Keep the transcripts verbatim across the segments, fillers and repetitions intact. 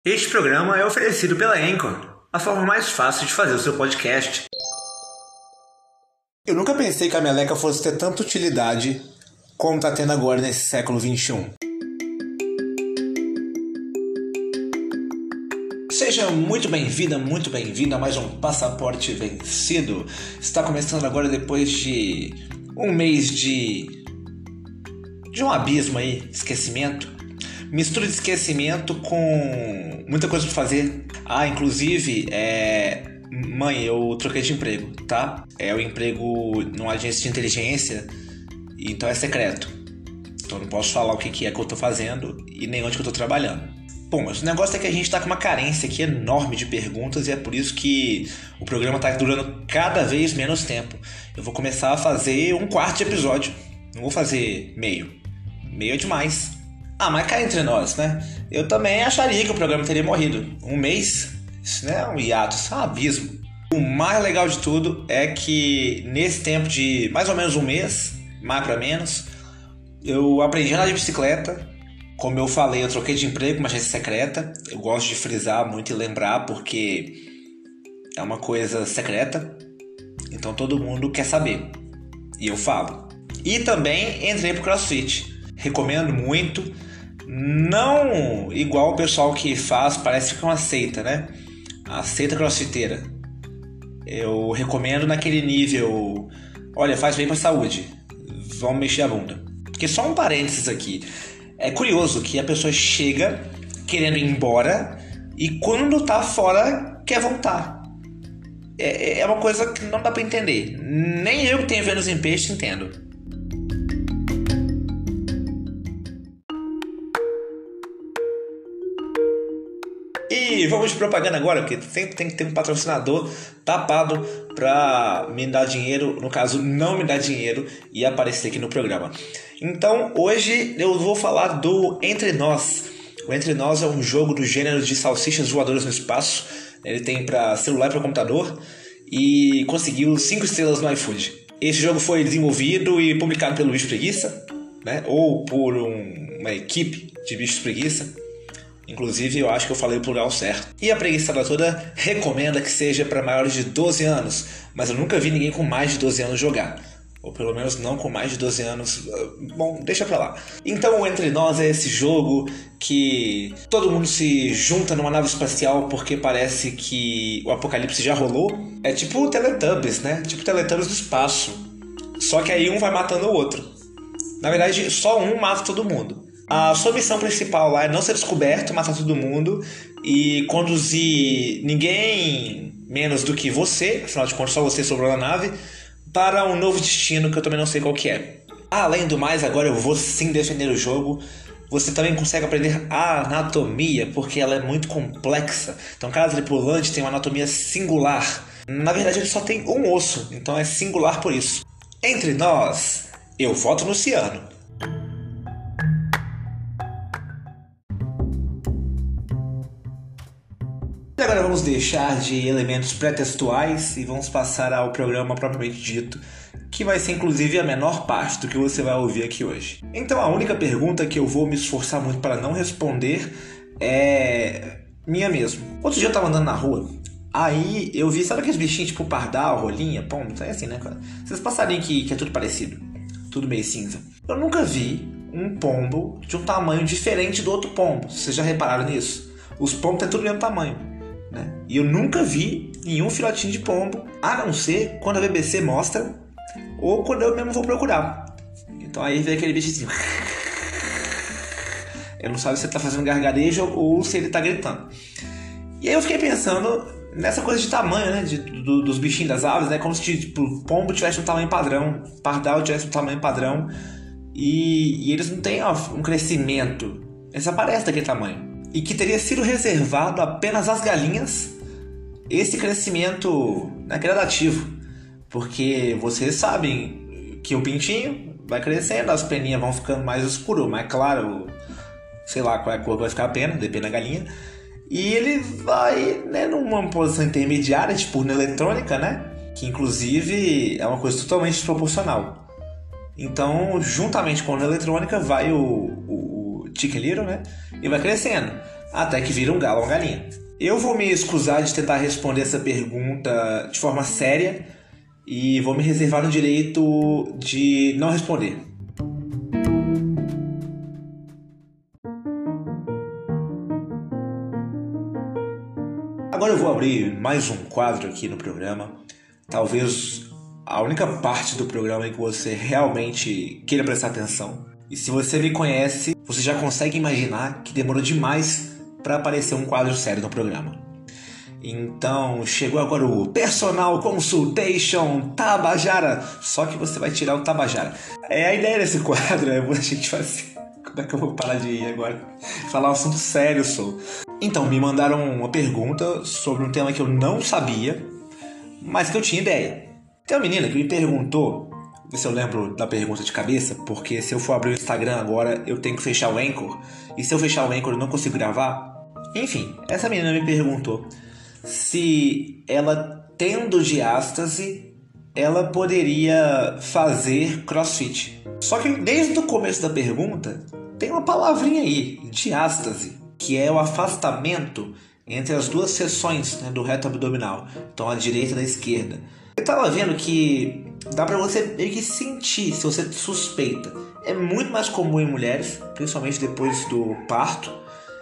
Este programa é oferecido pela Anchor, a forma mais fácil de fazer o seu podcast. Eu nunca pensei que a meleca fosse ter tanta utilidade como está tendo agora nesse século vinte e um. Seja muito bem-vinda, muito bem-vindo a mais um Passaporte Vencido. Está começando agora depois de um mês de... de um abismo aí, esquecimento. Mistura de esquecimento com muita coisa pra fazer. Ah, inclusive, é... mãe, eu troquei de emprego, tá? É o emprego numa agência de inteligência, então é secreto. Então eu não posso falar o que é que eu tô fazendo e nem onde que eu tô trabalhando. Bom, mas o negócio é que a gente tá com uma carência aqui enorme de perguntas e é por isso que o programa tá durando cada vez menos tempo. Eu vou começar a fazer um quarto de episódio. Não vou fazer meio. Meio é demais. Ah, mas cá entre nós, né? Eu também acharia que o programa teria morrido. Um mês? Isso não é um hiato, isso é um abismo. O mais legal de tudo é que nesse tempo de mais ou menos um mês, mais pra menos, eu aprendi a andar de bicicleta. Como eu falei, eu troquei de emprego, uma agência secreta. Eu gosto de frisar muito e lembrar porque é uma coisa secreta. Então todo mundo quer saber. E eu falo. E também entrei pro CrossFit. Recomendo muito. Não igual o pessoal que faz, parece que é uma seita, né? A seita crossfiteira. Eu recomendo naquele nível, olha, faz bem pra saúde, vamos mexer a bunda. Porque só um parênteses aqui. É curioso que a pessoa chega querendo ir embora e quando tá fora quer voltar. É, é uma coisa que não dá pra entender. Nem eu que tenho Vênus em Peixe entendo. E vamos de propaganda agora, porque sempre tem que ter um patrocinador tapado pra me dar dinheiro, no caso, não me dar dinheiro e aparecer aqui no programa. Então, hoje eu vou falar do Entre Nós. O Entre Nós é um jogo do gênero de salsichas voadoras no espaço. Ele tem pra celular e pra computador e conseguiu cinco estrelas no iFood. Esse jogo foi desenvolvido e publicado pelo Bicho Preguiça, né? Ou por um, uma equipe de Bichos Preguiça. Inclusive, eu acho que eu falei o plural certo. E a preguiçada toda recomenda que seja para maiores de doze anos. Mas eu nunca vi ninguém com mais de doze anos jogar. Ou pelo menos não com mais de doze anos. Bom, deixa pra lá. Então, o Entre Nós é esse jogo que todo mundo se junta numa nave espacial porque parece que o apocalipse já rolou. É tipo o Teletubbies, né? Tipo o Teletubbies do espaço. Só que aí um vai matando o outro. Na verdade, só um mata todo mundo. A sua missão principal lá é não ser descoberto, matar todo mundo e conduzir ninguém menos do que você, afinal de contas só você sobrou na nave, para um novo destino que eu também não sei qual que é. Além do mais, agora eu vou sim defender o jogo. Você também consegue aprender a anatomia, porque ela é muito complexa. Então cada tripulante tem uma anatomia singular. Na verdade ele só tem um osso, então é singular por isso. Entre nós, eu voto no ciano. E agora vamos deixar de elementos pré-textuais e vamos passar ao programa propriamente dito, que vai ser inclusive a menor parte do que você vai ouvir aqui hoje. Então a única pergunta que eu vou me esforçar muito para não responder é minha mesmo. Outro dia eu tava andando na rua, aí eu vi, sabe aqueles bichinhos tipo pardal, rolinha, pombo, é assim, né, cara? Esses passarinhos que, que é tudo parecido, tudo meio cinza. Eu nunca vi um pombo de um tamanho diferente do outro pombo. Vocês já repararam nisso? Os pombos têm tudo o mesmo tamanho. Né? E eu nunca vi nenhum filhotinho de pombo, a não ser quando a B B C mostra ou quando eu mesmo vou procurar. Então aí vem aquele bicho assim. Eu não sabe se ele tá fazendo gargarejo ou se ele tá gritando. E aí eu fiquei pensando nessa coisa de tamanho, né? De, do, dos bichinhos das aves, né? Como se tipo, o pombo tivesse um tamanho padrão, pardal tivesse um tamanho padrão e, e eles não têm ó, um crescimento. Eles aparecem daquele tamanho. E que teria sido reservado apenas às galinhas esse crescimento, né, gradativo. Porque vocês sabem que o pintinho vai crescendo, as peninhas vão ficando mais escuras, mais claro, sei lá qual é a cor que vai ficar a pena, depende da galinha. E ele vai, né, numa posição intermediária, tipo urna eletrônica, né? Que inclusive é uma coisa totalmente desproporcional. Então, juntamente com a urna eletrônica, vai o, o, o chicken little, né? E vai crescendo. até que vira um galo ou uma galinha. Eu vou me excusar de tentar responder essa pergunta de forma séria e vou me reservar no direito de não responder. Agora eu vou abrir mais um quadro aqui no programa. Talvez a única parte do programa em que você realmente queira prestar atenção. E se você me conhece, você já consegue imaginar que demorou demais para aparecer um quadro sério no programa. Então, chegou agora o Personal Consultation Tabajara. Só que você vai tirar o Tabajara. É a ideia desse quadro, é a gente fazer... Como é que eu vou parar de ir agora? Falar um assunto sério, sou. Então, me mandaram uma pergunta sobre um tema que eu não sabia, mas que eu tinha ideia. Tem uma menina que me perguntou, ver se eu lembro da pergunta de cabeça, porque se eu for abrir o Instagram agora, eu tenho que fechar o Anchor, e se eu fechar o Anchor eu não consigo gravar. Enfim, essa menina me perguntou se ela, tendo diástase, ela poderia fazer crossfit. Só que desde o começo da pergunta, tem uma palavrinha aí, diástase, que é o afastamento entre as duas seções, né, do reto abdominal, então a direita e a esquerda. Eu tava vendo que dá pra você meio que sentir, se você suspeita. É muito mais comum em mulheres, principalmente depois do parto.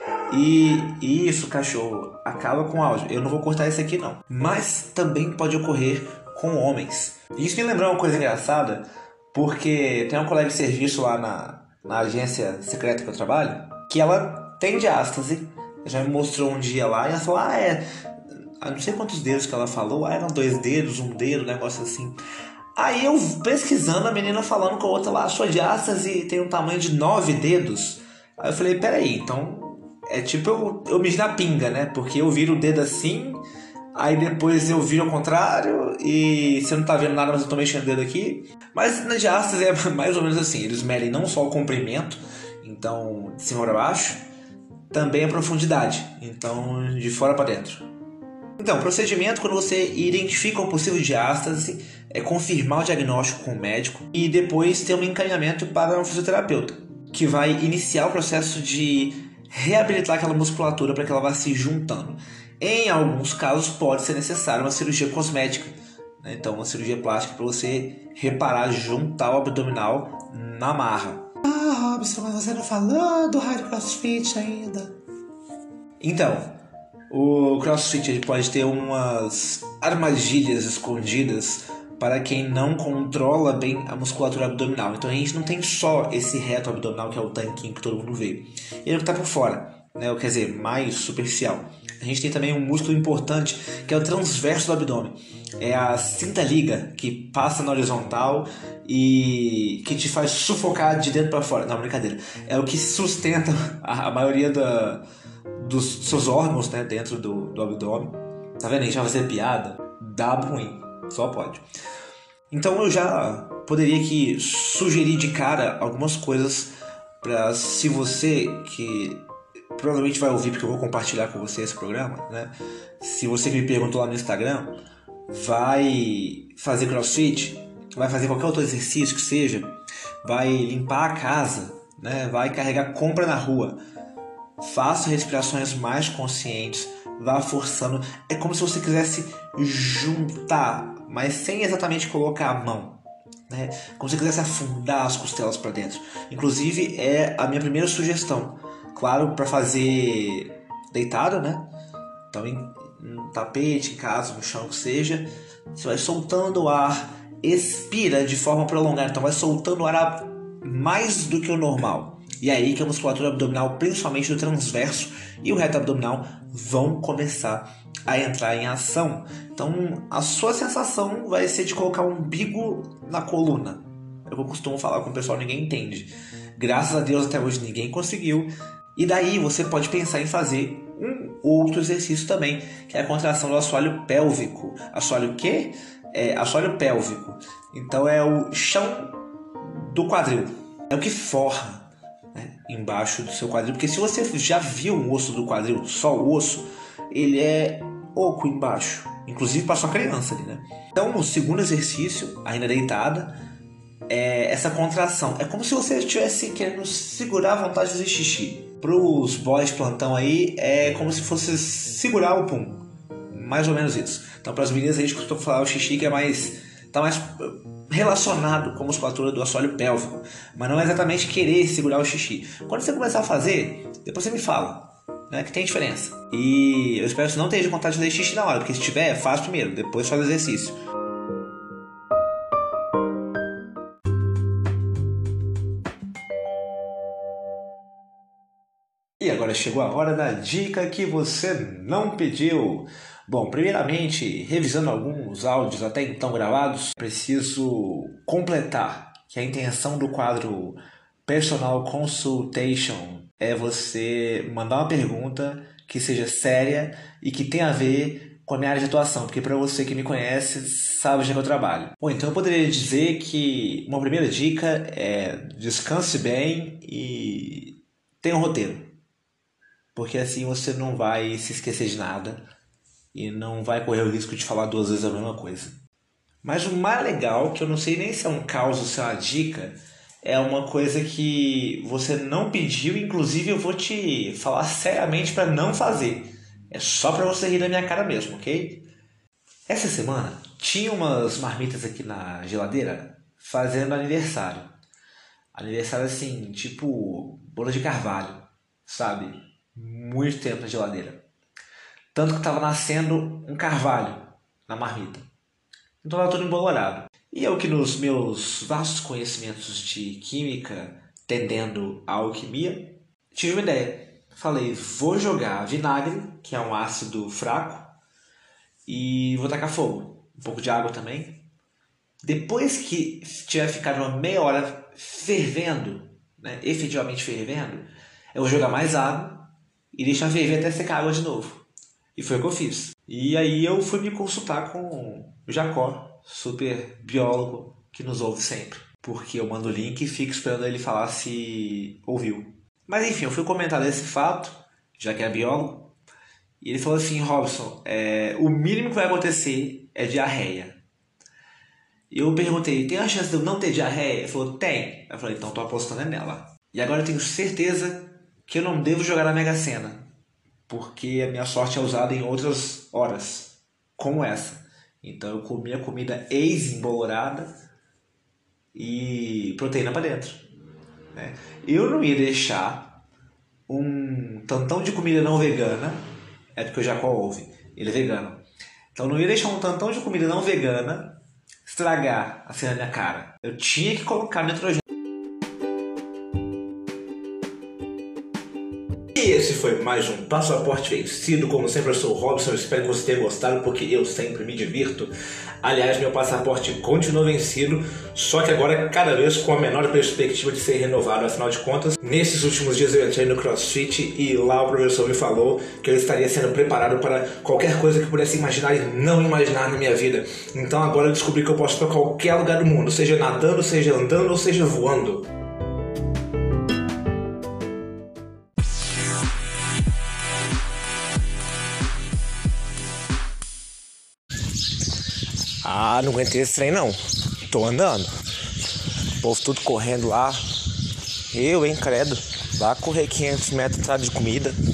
E isso, cachorro, acaba com áudio. Eu não vou cortar isso aqui não. Mas também pode ocorrer com homens. E isso me lembrou uma coisa engraçada, porque tem uma colega de serviço lá na, na agência secreta que eu trabalho, que ela tem diástase. Já me mostrou um dia lá e ela falou, ah, é... Eu não sei quantos dedos que ela falou, ah, eram dois dedos, um dedo, um negócio assim. Aí eu pesquisando, a menina falando com a outra lá, sua diástase tem um tamanho de nove dedos. Aí eu falei, peraí, então é tipo eu, eu mijo na pinga, né? Porque eu viro o dedo assim, aí depois eu viro ao contrário e você não tá vendo nada, mas eu tô mexendo o dedo aqui. Mas na diástase é mais ou menos assim, eles medem não só o comprimento, então de cima para baixo, também a profundidade, então de fora para dentro. Então, o procedimento, quando você identifica um possível diástase, é confirmar o diagnóstico com o médico e depois ter um encaminhamento para um fisioterapeuta, que vai iniciar o processo de reabilitar aquela musculatura para que ela vá se juntando. Em alguns casos, pode ser necessária uma cirurgia cosmética, né? Então, uma cirurgia plástica para você reparar, juntar o abdominal na marra. Ah, Robson, mas você não falou do raio crossfit ainda. Então... O CrossFit ele pode ter umas armadilhas escondidas para quem não controla bem a musculatura abdominal. Então a gente não tem só esse reto abdominal que é o tanquinho que todo mundo vê. Ele está por fora, né? Quer dizer, mais superficial. A gente tem também um músculo importante que é o transverso do abdômen. É a cinta liga que passa na horizontal e que te faz sufocar de dentro para fora. Não, brincadeira. É o que sustenta a, a maioria da... dos seus órgãos, né, dentro do, do abdômen. Tá vendo? A gente vai fazer piada. Dá ruim. Só pode. Então eu já poderia aqui sugerir de cara algumas coisas para, se você, que provavelmente vai ouvir porque eu vou compartilhar com você esse programa, né? Se você que me perguntou lá no Instagram, vai fazer crossfit, vai fazer qualquer outro exercício que seja, vai limpar a casa, né? Vai carregar compra na rua, faça respirações mais conscientes, vá forçando. É como se você quisesse juntar, mas sem exatamente colocar a mão, né? Como se você quisesse afundar as costelas para dentro. Inclusive, é a minha primeira sugestão. Claro, para fazer deitado, né? Então, em um tapete, em casa, no chão, que seja, você vai soltando o ar, expira de forma prolongada. Então, vai soltando o ar mais do que o normal. E é aí que a musculatura abdominal, principalmente do transverso e o reto abdominal, vão começar a entrar em ação. Então, a sua sensação vai ser de colocar um umbigo na coluna. É o que eu costumo falar com o pessoal, ninguém entende. Graças a Deus, até hoje, ninguém conseguiu. E daí, você pode pensar em fazer um outro exercício também, que é a contração do assoalho pélvico. Assoalho o quê? É assoalho pélvico. Então, é o chão do quadril. É o que forra, né, embaixo do seu quadril, porque se você já viu um osso do quadril, só o osso, ele é oco embaixo, inclusive para sua criança ali, né? Então, o segundo exercício, ainda deitada, é essa contração. É como se você estivesse querendo segurar a vontade de fazer xixi. Pros boys de plantão aí, é como se fosse segurar o pum. Mais ou menos isso. Então, para as meninas, a gente costuma falar o xixi, que é mais... tá mais relacionado com a musculatura do assoalho pélvico. Mas não é exatamente querer segurar o xixi. Quando você começar a fazer, depois você me fala, né, que tem diferença. E eu espero que você não esteja com vontade de fazer xixi na hora, porque se tiver, faz primeiro, depois faz o exercício. E agora chegou a hora da dica que você não pediu. Bom, primeiramente, revisando alguns áudios até então gravados, preciso completar que a intenção do quadro Personal Consultation é você mandar uma pergunta que seja séria e que tenha a ver com a minha área de atuação, porque para você que me conhece, sabe onde é que eu trabalho. Bom, então eu poderia dizer que uma primeira dica é descanse bem e tenha um roteiro, porque assim você não vai se esquecer de nada e não vai correr o risco de falar duas vezes a mesma coisa. Mas o mais legal, que eu não sei nem se é um caos ou se é uma dica, é uma coisa que você não pediu, inclusive eu vou te falar seriamente para não fazer. É só para você rir da minha cara mesmo, ok? Essa semana tinha umas marmitas aqui na geladeira fazendo aniversário. Aniversário assim, tipo bolo de carvalho, sabe? Muito tempo na geladeira. Tanto que estava nascendo um carvalho na marmita. Então estava tudo embolorado. E eu que nos meus vastos conhecimentos de química, tendendo à alquimia, tive uma ideia. Falei, vou jogar vinagre, que é um ácido fraco, e vou tacar fogo. Um pouco de água também. Depois que tiver ficado uma meia hora fervendo, né, efetivamente fervendo, eu vou jogar mais água e deixar ferver até secar a água de novo. E foi o que eu fiz. E aí eu fui me consultar com o Jacó, super biólogo que nos ouve sempre. Porque eu mando o link e fico esperando ele falar se ouviu. Mas enfim, eu fui comentar desse fato, já que é biólogo. E ele falou assim, Robson, é, o mínimo que vai acontecer é diarreia. E eu perguntei, tem a chance de eu não ter diarreia? Ele falou, tem. Eu falei, então tô apostando nela. E agora eu tenho certeza que eu não devo jogar na Mega Sena, porque a minha sorte é usada em outras horas, como essa. Então eu comi a comida ex-embolorada e proteína para dentro, né? Eu não ia deixar um tantão de comida não vegana, é porque o Jacó ouve, ele é vegano. Então eu não ia deixar um tantão de comida não vegana estragar assim na minha cara. Eu tinha que colocar nitrogênio. E esse foi mais um Passaporte Vencido. Como sempre, eu sou o Robson. Eu espero que você tenha gostado, porque eu sempre me divirto. Aliás, meu passaporte continua vencido, só que agora cada vez com a menor perspectiva de ser renovado. Afinal de contas, nesses últimos dias eu entrei no CrossFit e lá o professor me falou que eu estaria sendo preparado para qualquer coisa que eu pudesse imaginar e não imaginar na minha vida. Então agora eu descobri que eu posso ir para qualquer lugar do mundo, seja nadando, seja andando ou seja voando. Ah, não aguentei esse trem não. Tô andando. O povo tudo correndo lá. Eu, hein, credo. Lá correr quinhentos metros atrás de comida.